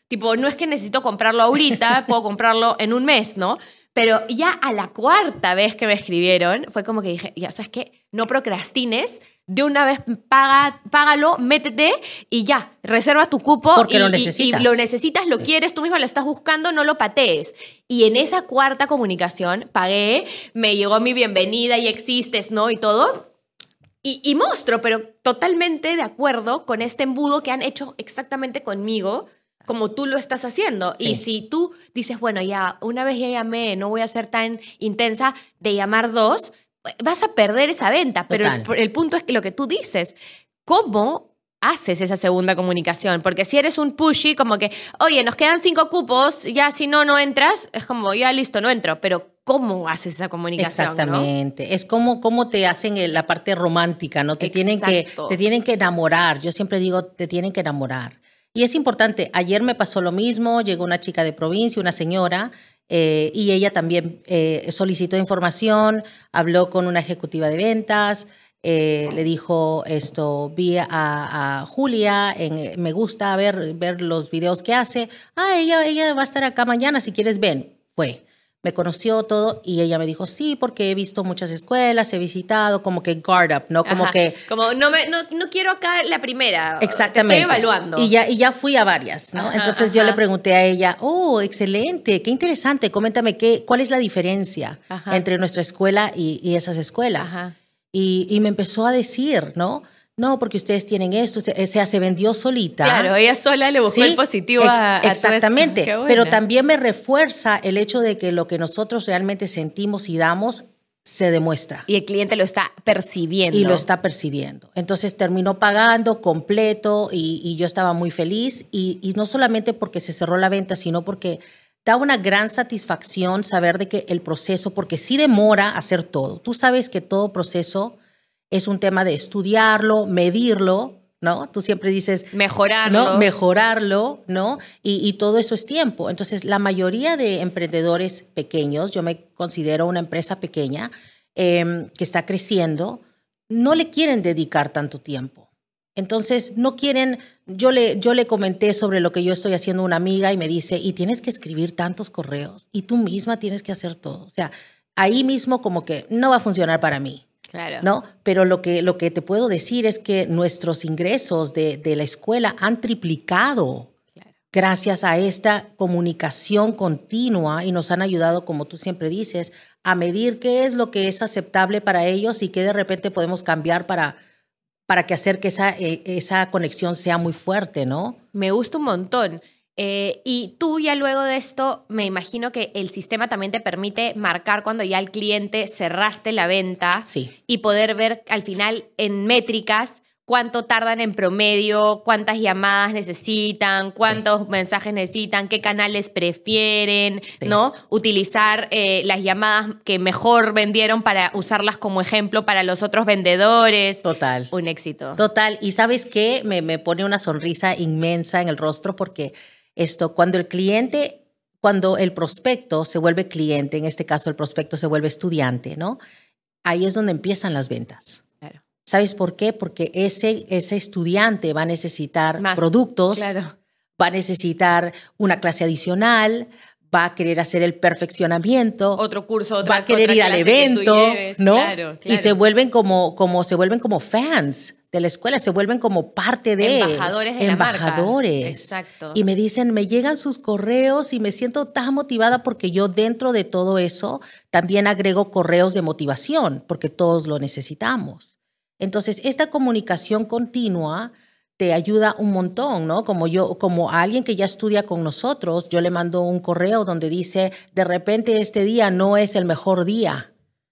Tipo, no es que necesito comprarlo ahorita, puedo comprarlo en un mes, ¿no? Pero ya a la cuarta vez que me escribieron, fue como que dije, ya, ¿sabes qué? No procrastines, de una vez paga, págalo, métete y ya, reserva tu cupo. Porque y, lo y- necesitas. Y, lo necesitas, lo quieres, tú mismo lo estás buscando, no lo patees. Y en esa cuarta comunicación pagué, me llegó mi bienvenida y existes, ¿no? Y todo. Y, y monstruo, pero totalmente de acuerdo con este embudo que han hecho exactamente conmigo, como tú lo estás haciendo. Sí. Y si tú dices, bueno, ya una vez ya llamé, no voy a ser tan intensa de llamar dos, vas a perder esa venta. Pero el, Total. el punto es que lo que tú dices, ¿cómo haces esa segunda comunicación? Porque si eres un pushy, como que, oye, nos quedan cinco cupos, ya si no, no entras, es como, ya listo, no entro. Pero ¿cómo haces esa comunicación? Exactamente. ¿No? Es como, como te hacen el- la parte romántica, ¿no? Te tienen, que, te tienen que enamorar. Yo siempre digo, te tienen que enamorar. Y es importante. Ayer me pasó lo mismo. Llegó una chica de provincia, una señora, eh, y ella también eh, solicitó información, habló con una ejecutiva de ventas. Eh, le dijo esto, vi a, a Julia, en, me gusta ver, ver los videos que hace. Ah, ella, ella va a estar acá mañana, si quieres ven. Fue. Me conoció todo y ella me dijo, sí, porque he visto muchas escuelas, he visitado, como que guard up, ¿no? Como Ajá. que... Como no, me, no, no quiero acá la primera. Exactamente. Te estoy evaluando. Y ya, y ya fui a varias, ¿no? Ajá, Entonces ajá. yo le pregunté a ella, oh, excelente, qué interesante, coméntame, qué, ¿cuál es la diferencia Ajá. entre nuestra escuela y, y esas escuelas? Ajá. Y, y me empezó a decir, ¿no? No, porque ustedes tienen esto, o sea, se vendió solita. Claro, ella sola le buscó Sí, el positivo ex- a, a todo esto. Exactamente, Qué buena. pero también me refuerza el hecho de que lo que nosotros realmente sentimos y damos se demuestra. Y el cliente lo está percibiendo. Y lo está percibiendo. Entonces terminó pagando completo y, y yo estaba muy feliz. Y, y no solamente porque se cerró la venta, sino porque da una gran satisfacción saber de que el proceso, porque sí demora hacer todo. Tú sabes que todo proceso es un tema de estudiarlo, medirlo, ¿no? Tú siempre dices... Mejorarlo. ¿no? Mejorarlo, ¿no? Y, y todo eso es tiempo. Entonces, la mayoría de emprendedores pequeños, yo me considero una empresa pequeña eh, que está creciendo, no le quieren dedicar tanto tiempo. Entonces, no quieren... Yo le, yo le comenté sobre lo que yo estoy haciendo a una amiga y me dice, y tienes que escribir tantos correos y tú misma tienes que hacer todo. O sea, ahí mismo como que no va a funcionar para mí. Claro. ¿No? Pero lo que, lo que te puedo decir es que nuestros ingresos de, de la escuela han triplicado Claro. gracias a esta comunicación continua y nos han ayudado, como tú siempre dices, a medir qué es lo que es aceptable para ellos y qué de repente podemos cambiar para, para que hacer que esa, eh, esa conexión sea muy fuerte, ¿no? Me gusta un montón. Eh, y tú ya luego de esto, me imagino que el sistema también te permite marcar cuando ya el cliente cerraste la venta. Sí. Y poder ver al final en métricas cuánto tardan en promedio, cuántas llamadas necesitan, cuántos sí. mensajes necesitan, qué canales prefieren, sí. ¿no? Utilizar eh, las llamadas que mejor vendieron para usarlas como ejemplo para los otros vendedores. Total. Un éxito. Total. Y ¿sabes qué? Me, me pone una sonrisa inmensa en el rostro porque esto, cuando el cliente, cuando el prospecto se vuelve cliente, en este caso el prospecto se vuelve estudiante, ¿no? Ahí es donde empiezan las ventas. Claro. ¿Sabes por qué? Porque ese, ese estudiante va a necesitar Más, productos, claro. va a necesitar una clase adicional, va a querer hacer el perfeccionamiento, otro curso, otra, va a querer otra ir al evento, lleves, ¿no? Claro, claro. Y se vuelven como, como, se vuelven como fans de la escuela, se vuelven como parte de... Embajadores de embajadores. la marca. Exacto. Y me dicen, me llegan sus correos y me siento tan motivada porque yo dentro de todo eso también agrego correos de motivación porque todos lo necesitamos. Entonces, esta comunicación continua te ayuda un montón, ¿no? Como yo, como alguien que ya estudia con nosotros, yo le mando un correo donde dice, de repente este día no es el mejor día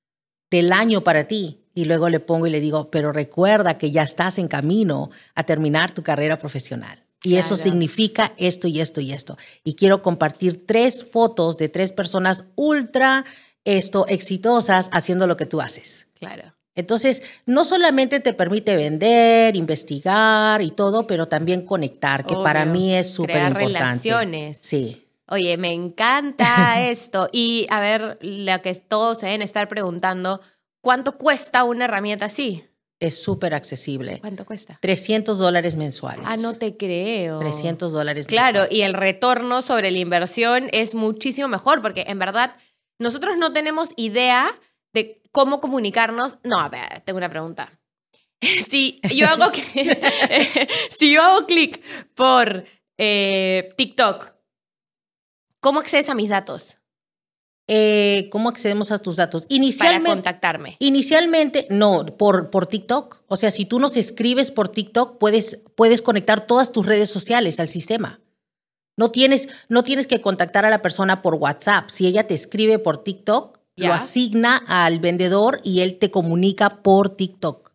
del año para ti. Y luego le pongo y le digo, pero recuerda que ya estás en camino a terminar tu carrera profesional. Y claro. eso significa esto y esto y esto. Y quiero compartir tres fotos de tres personas ultra esto, exitosas haciendo lo que tú haces. Claro. Entonces, no solamente te permite vender, investigar y todo, pero también conectar, que Obvio. Para mí es súper importante. Crear relaciones. Sí. Oye, me encanta esto. Y a ver, lo que todos se deben estar preguntando, ¿cuánto cuesta una herramienta así? Es súper accesible. ¿Cuánto cuesta? trescientos dólares mensuales. Ah, no te creo. trescientos dólares Claro, mensuales. y el retorno sobre la inversión es muchísimo mejor porque en verdad nosotros no tenemos idea de cómo comunicarnos. No, a ver, tengo una pregunta. Si yo hago, si yo hago clic por eh, TikTok, ¿cómo accedes a mis datos? Eh, ¿Cómo accedemos a tus datos? Inicialmente, para contactarme. Inicialmente, no, por, por TikTok. O sea, si tú nos escribes por TikTok, puedes, puedes conectar todas tus redes sociales al sistema. No tienes, no tienes que contactar a la persona por WhatsApp. Si ella te escribe por TikTok, ¿Ya? lo asigna al vendedor y él te comunica por TikTok.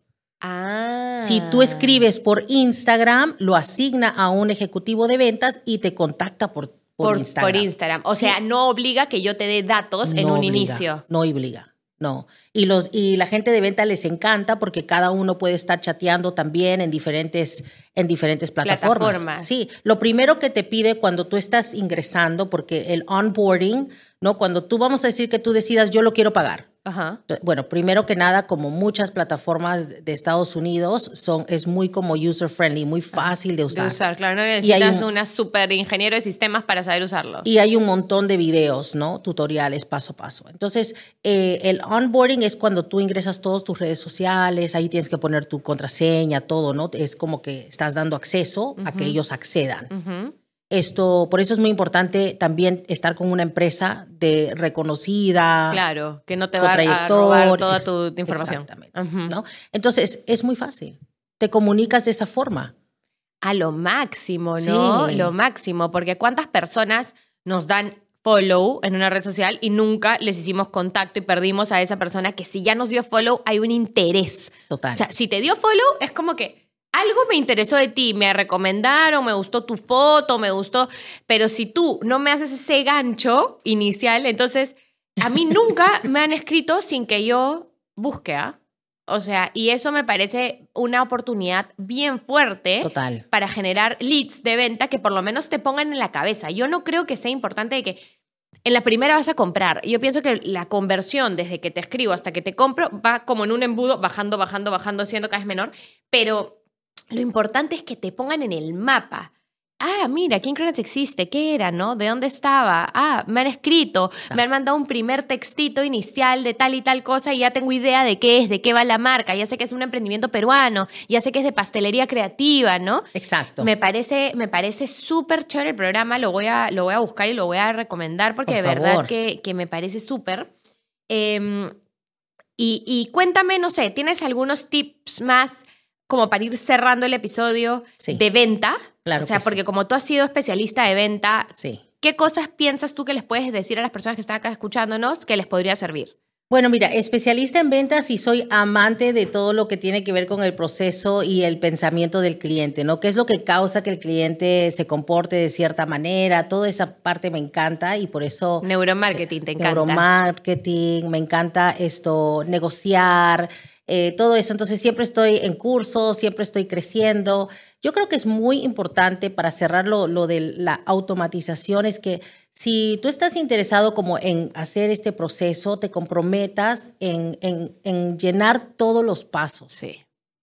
Ah. Si tú escribes por Instagram, lo asigna a un ejecutivo de ventas y te contacta por Por, por Instagram. Por Instagram. O sí. sea, no obliga que yo te dé datos no en un obliga, inicio. No obliga, no. Y, los, y la gente de venta les encanta porque cada uno puede estar chateando también en diferentes, en diferentes plataformas. Plataformas. Sí, lo primero que te pide cuando tú estás ingresando, porque el onboarding, ¿no? Cuando tú vamos a decir que tú decidas, yo lo quiero pagar. Ajá. Bueno, primero que nada, como muchas plataformas de Estados Unidos, son, es muy como user-friendly, muy fácil de usar. De usar, claro. No necesitas Y hay un, una super ingeniero de sistemas para saber usarlo. Y hay un montón de videos, ¿no? Tutoriales paso a paso. Entonces, eh, el onboarding es cuando tú ingresas todas tus redes sociales, ahí tienes que poner tu contraseña, todo, ¿no? Es como que estás dando acceso uh-huh. a que ellos accedan. Uh-huh. Esto, por eso es muy importante también estar con una empresa de reconocida. Claro, que no te va a robar toda tu, tu información. Exactamente. Uh-huh. ¿No? Entonces, es muy fácil. Te comunicas de esa forma. A lo máximo, ¿no? Sí. Lo máximo, porque ¿cuántas personas nos dan follow en una red social y nunca les hicimos contacto y perdimos a esa persona que si ya nos dio follow hay un interés? Total. O sea, si te dio follow es como que algo me interesó de ti, me recomendaron, me gustó tu foto, me gustó, pero si tú no me haces ese gancho inicial, entonces a mí nunca me han escrito sin que yo busque, ¿ah? O sea, y eso me parece una oportunidad bien fuerte Total. Para generar leads de venta que por lo menos te pongan en la cabeza. Yo no creo que sea importante de que en la primera vas a comprar. Yo pienso que la conversión desde que te escribo hasta que te compro va como en un embudo, bajando, bajando, bajando, siendo cada vez menor, pero lo importante es que te pongan en el mapa. Ah, mira, ¿quién crees que existe? ¿Qué era, no? ¿De dónde estaba? Ah, me han escrito, ah. me han mandado un primer textito inicial de tal y tal cosa y ya tengo idea de qué es, de qué va la marca. Ya sé que es un emprendimiento peruano, ya sé que es de pastelería creativa, ¿no? Exacto. Me parece, me parece súper chévere el programa, lo voy, a, lo voy a buscar y lo voy a recomendar porque Por de favor. verdad que, que me parece súper. Eh, y, y cuéntame, no sé, ¿tienes algunos tips más como para ir cerrando el episodio sí. de venta? Claro o sea, que porque sí. como tú has sido especialista de venta, sí. ¿qué cosas piensas tú que les puedes decir a las personas que están acá escuchándonos que les podría servir? Bueno, mira, especialista en ventas y soy amante de todo lo que tiene que ver con el proceso y el pensamiento del cliente, ¿no? ¿Qué es lo que causa que el cliente se comporte de cierta manera? Toda esa parte me encanta y por eso... Neuromarketing, te encanta. Neuromarketing, me encanta esto, negociar, eh, todo eso. Entonces siempre estoy en cursos, siempre estoy creciendo. Yo creo que es muy importante para cerrar lo, lo de la automatización, es que si tú estás interesado como en hacer este proceso, te comprometas en, en, en llenar todos los pasos. Sí.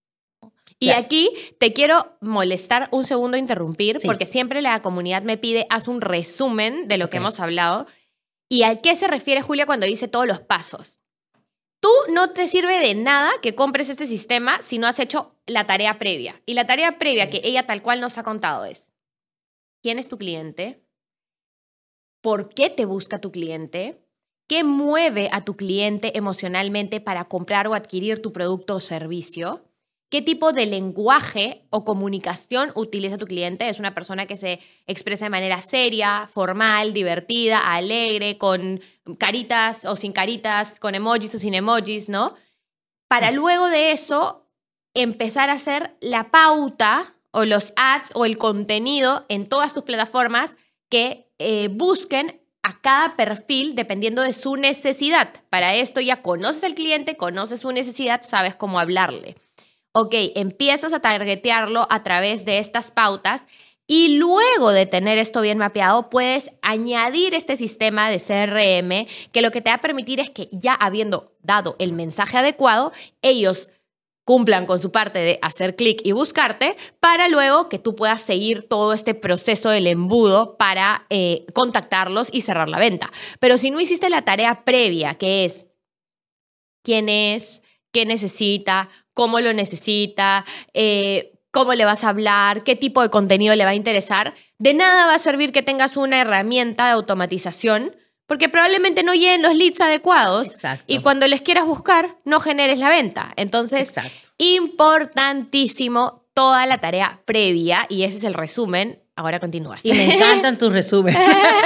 Y ya. Aquí te quiero molestar un segundo, interrumpir, sí. porque siempre la comunidad me pide, haz un resumen de lo okay. que hemos hablado. ¿Y a qué se refiere Julia cuando dice todos los pasos? Tú no te sirve de nada que compres este sistema si no has hecho la tarea previa. Y la tarea previa que ella tal cual nos ha contado es, ¿quién es tu cliente? ¿Por qué te busca tu cliente? ¿Qué mueve a tu cliente emocionalmente para comprar o adquirir tu producto o servicio? ¿Qué tipo de lenguaje o comunicación utiliza tu cliente? ¿Es una persona que se expresa de manera seria, formal, divertida, alegre, con caritas o sin caritas, con emojis o sin emojis, ¿no? Para luego de eso empezar a hacer la pauta o los ads o el contenido en todas tus plataformas que eh, busquen a cada perfil dependiendo de su necesidad. Para esto ya conoces al cliente, conoces su necesidad, sabes cómo hablarle. Ok, empiezas a targetearlo a través de estas pautas y luego de tener esto bien mapeado, puedes añadir este sistema de C R M que lo que te va a permitir es que ya habiendo dado el mensaje adecuado, ellos cumplan con su parte de hacer clic y buscarte, para luego que tú puedas seguir todo este proceso del embudo para eh, contactarlos y cerrar la venta. Pero si no hiciste la tarea previa, que es quién es, qué necesita, cómo lo necesita, eh, cómo le vas a hablar, qué tipo de contenido le va a interesar, de nada va a servir que tengas una herramienta de automatización, porque probablemente no lleguen los leads adecuados. Exacto. Y cuando les quieras buscar, no generes la venta. Entonces, Exacto. importantísimo toda la tarea previa, y ese es el resumen. Ahora continúas. Y me encantan tus resúmenes.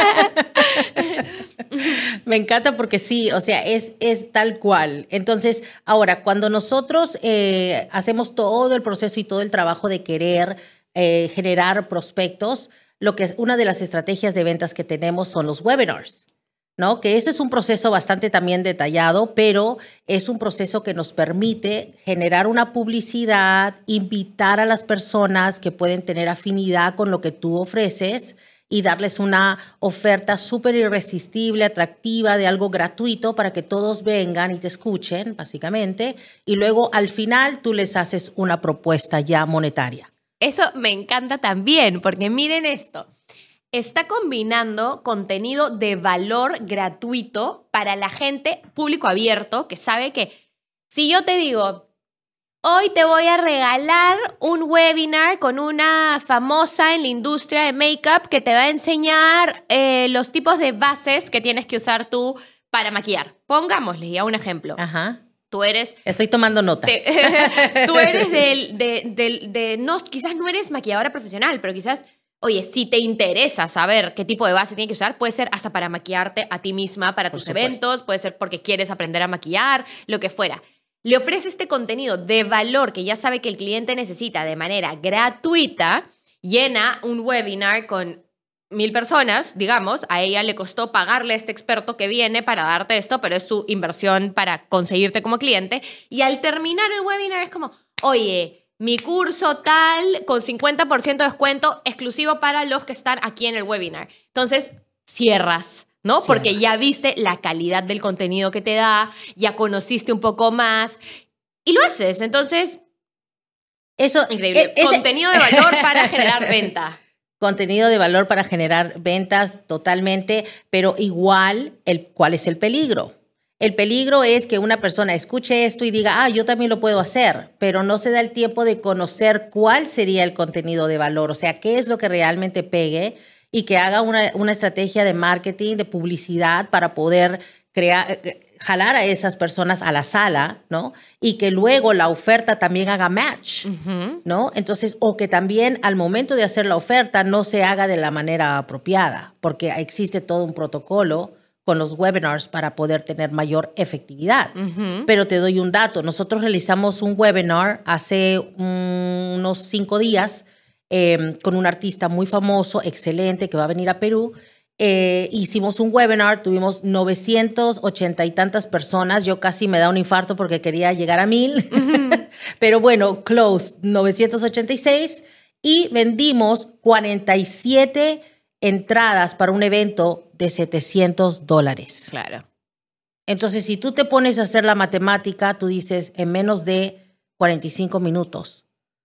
Me encanta porque sí, o sea, es, es tal cual. Entonces, ahora, cuando nosotros eh, hacemos todo el proceso y todo el trabajo de querer eh, generar prospectos, lo que es una de las estrategias de ventas que tenemos son los webinars, ¿no? Que ese es un proceso bastante también detallado, pero es un proceso que nos permite generar una publicidad, invitar a las personas que pueden tener afinidad con lo que tú ofreces y darles una oferta súper irresistible, atractiva, de algo gratuito para que todos vengan y te escuchen, básicamente. Y luego, al final, tú les haces una propuesta ya monetaria. Eso me encanta también, porque miren esto. Está combinando contenido de valor gratuito para la gente, público abierto, que sabe que si yo te digo, hoy te voy a regalar un webinar con una famosa en la industria de make-up que te va a enseñar eh, los tipos de bases que tienes que usar tú para maquillar. Pongámosle ya un ejemplo. Ajá. Tú eres... Estoy tomando nota. Te, tú eres del, de, de, de... No, quizás no eres maquilladora profesional, pero quizás... Oye, si te interesa saber qué tipo de base tienes que usar, puede ser hasta para maquillarte a ti misma, para tus eventos, puede ser porque quieres aprender a maquillar, lo que fuera. Le ofrece este contenido de valor que ya sabe que el cliente necesita de manera gratuita, llena un webinar con mil personas, digamos, a ella le costó pagarle a este experto que viene para darte esto, pero es su inversión para conseguirte como cliente, y al terminar el webinar es como, oye... Mi curso tal, con cincuenta por ciento de descuento, exclusivo para los que están aquí en el webinar. Entonces, cierras, ¿no? Cierras. Porque ya viste la calidad del contenido que te da, ya conociste un poco más y lo haces. Entonces, eso increíble. Es, contenido de valor para generar venta. Contenido de valor para generar ventas, totalmente, pero igual, el, ¿cuál es el peligro? El peligro es que una persona escuche esto y diga, ah, yo también lo puedo hacer, pero no se da el tiempo de conocer cuál sería el contenido de valor, o sea, qué es lo que realmente pegue y que haga una, una estrategia de marketing, de publicidad para poder crear, jalar a esas personas a la sala, ¿no? Y que luego la oferta también haga match, uh-huh. ¿no? Entonces, o que también al momento de hacer la oferta no se haga de la manera apropiada, porque existe todo un protocolo con los webinars para poder tener mayor efectividad. Uh-huh. Pero te doy un dato. Nosotros realizamos un webinar hace um, unos cinco días eh, con un artista muy famoso, excelente, que va a venir a Perú. Eh, hicimos un webinar, tuvimos novecientas ochenta y tantas personas. Yo casi me da un infarto porque quería llegar a mil. Uh-huh. Pero bueno, close, novecientos ochenta y seis. Y vendimos cuarenta y siete entradas para un evento de setecientos dólares. Claro. Entonces, si tú te pones a hacer la matemática, tú dices, en menos de cuarenta y cinco minutos,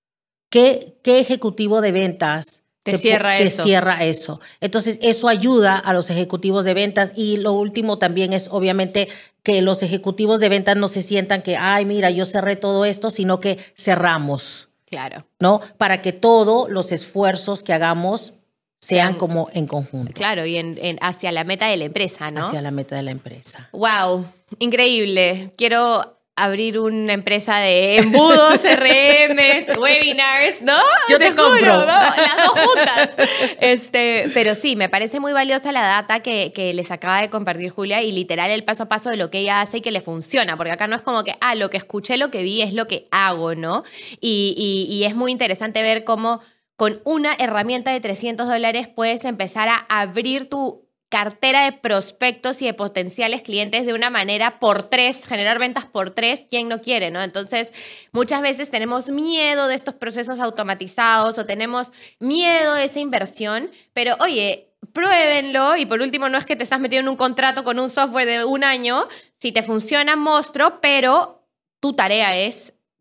¿qué, qué ejecutivo de ventas te, te cierra te eso? cierra eso? Entonces, eso ayuda a los ejecutivos de ventas. Y lo último también es, obviamente, que los ejecutivos de ventas no se sientan que, ay, mira, yo cerré todo esto, sino que cerramos. Claro. ¿No? Para que todos los esfuerzos que hagamos sean como en conjunto. Claro, y en, en, hacia la meta de la empresa, ¿no? Hacia la meta de la empresa. ¡Wow! Increíble. Quiero abrir una empresa de embudos, C R Ms, webinars, ¿no? Yo te, te compro. Juro, ¿no? Las dos juntas. Este, pero sí, me parece muy valiosa la data que, que les acaba de compartir Julia y literal el paso a paso de lo que ella hace y que le funciona, porque acá no es como que, ah, lo que escuché, lo que vi es lo que hago, ¿no? Y, y, y es muy interesante ver cómo con una herramienta de trescientos dólares puedes empezar a abrir tu cartera de prospectos y de potenciales clientes de una manera por tres, generar ventas por tres, ¿quién no quiere, no? Entonces, muchas veces tenemos miedo de estos procesos automatizados o tenemos miedo de esa inversión, pero oye, pruébenlo y por último no es que te estás metiendo en un contrato con un software de un año, si te funciona, monstruo, pero tu tarea es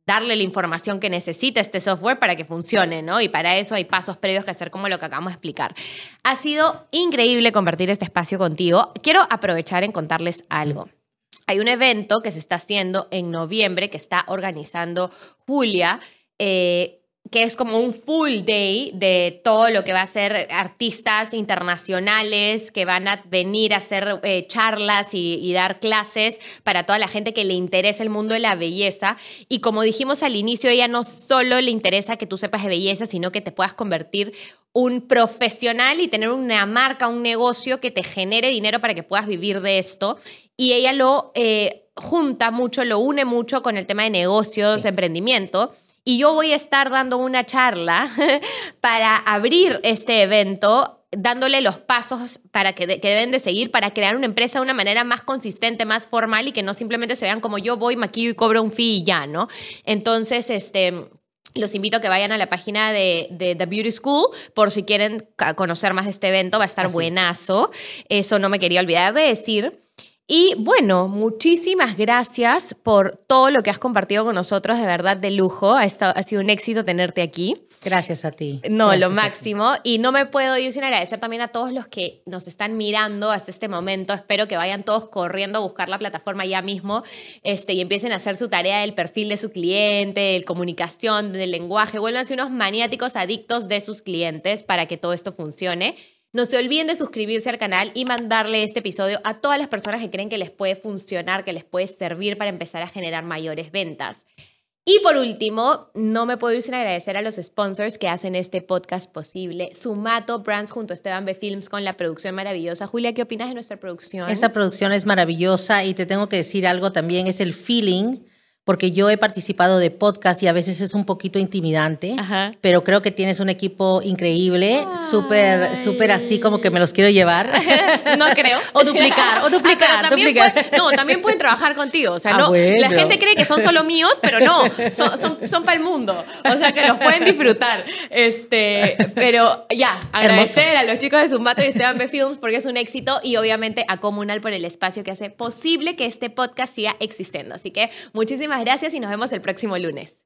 darle la información que necesita este software para que funcione, ¿no? Y para eso hay pasos previos que hacer, como lo que acabamos de explicar. Ha sido increíble compartir este espacio contigo. Quiero aprovechar en contarles algo. Hay un evento que se está haciendo en noviembre que está organizando Julia, eh, que es como un full day de todo lo que va a ser artistas internacionales que van a venir a hacer eh, charlas y, y dar clases para toda la gente que le interesa el mundo de la belleza. Y como dijimos al inicio, ella no solo le interesa que tú sepas de belleza, sino que te puedas convertir un profesional y tener una marca, un negocio que te genere dinero para que puedas vivir de esto. Y ella lo eh, junta mucho, lo une mucho con el tema de negocios, sí. emprendimiento. Y yo voy a estar dando una charla para abrir este evento, dándole los pasos para que, de, que deben de seguir para crear una empresa de una manera más consistente, más formal y que no simplemente se vean como yo voy, maquillo y cobro un fee y ya, ¿no? Entonces, este... los invito a que vayan a la página de, de The Beauty School por si quieren conocer más de este evento. Va a estar Así buenazo. Es. Eso no me quería olvidar de decir. Y bueno, muchísimas gracias por todo lo que has compartido con nosotros, de verdad de lujo. Ha, estado, ha sido un éxito tenerte aquí. Gracias a ti. No, gracias lo máximo. Y no me puedo ir sin agradecer también a todos los que nos están mirando hasta este momento. Espero que vayan todos corriendo a buscar la plataforma ya mismo este, y empiecen a hacer su tarea del perfil de su cliente, de comunicación, del lenguaje. Vuélvanse unos maniáticos adictos de sus clientes para que todo esto funcione. No se olviden de suscribirse al canal y mandarle este episodio a todas las personas que creen que les puede funcionar, que les puede servir para empezar a generar mayores ventas. Y por último, no me puedo ir sin agradecer a los sponsors que hacen este podcast posible. Sumato Brands junto a Esteban B. Films con la producción maravillosa. Julia, ¿qué opinas de nuestra producción? Esta producción es maravillosa y te tengo que decir algo también, es el feeling, porque yo he participado de podcast y a veces es un poquito intimidante, Ajá. pero creo que tienes un equipo increíble, súper, súper así como que me los quiero llevar. No creo. O duplicar, o duplicar, ah, también duplicar. Puede, no, también pueden trabajar contigo. O sea, Ah, no, bueno. La gente cree que son solo míos, pero no, son, son, son para el mundo. O sea, que los pueden disfrutar. Este, pero ya, agradecer Hermoso. a los chicos de Sumato y Esteban B. Films porque es un éxito y obviamente a Comunal por el espacio que hace posible que este podcast siga existiendo. Así que muchísimas gracias y nos vemos el próximo lunes.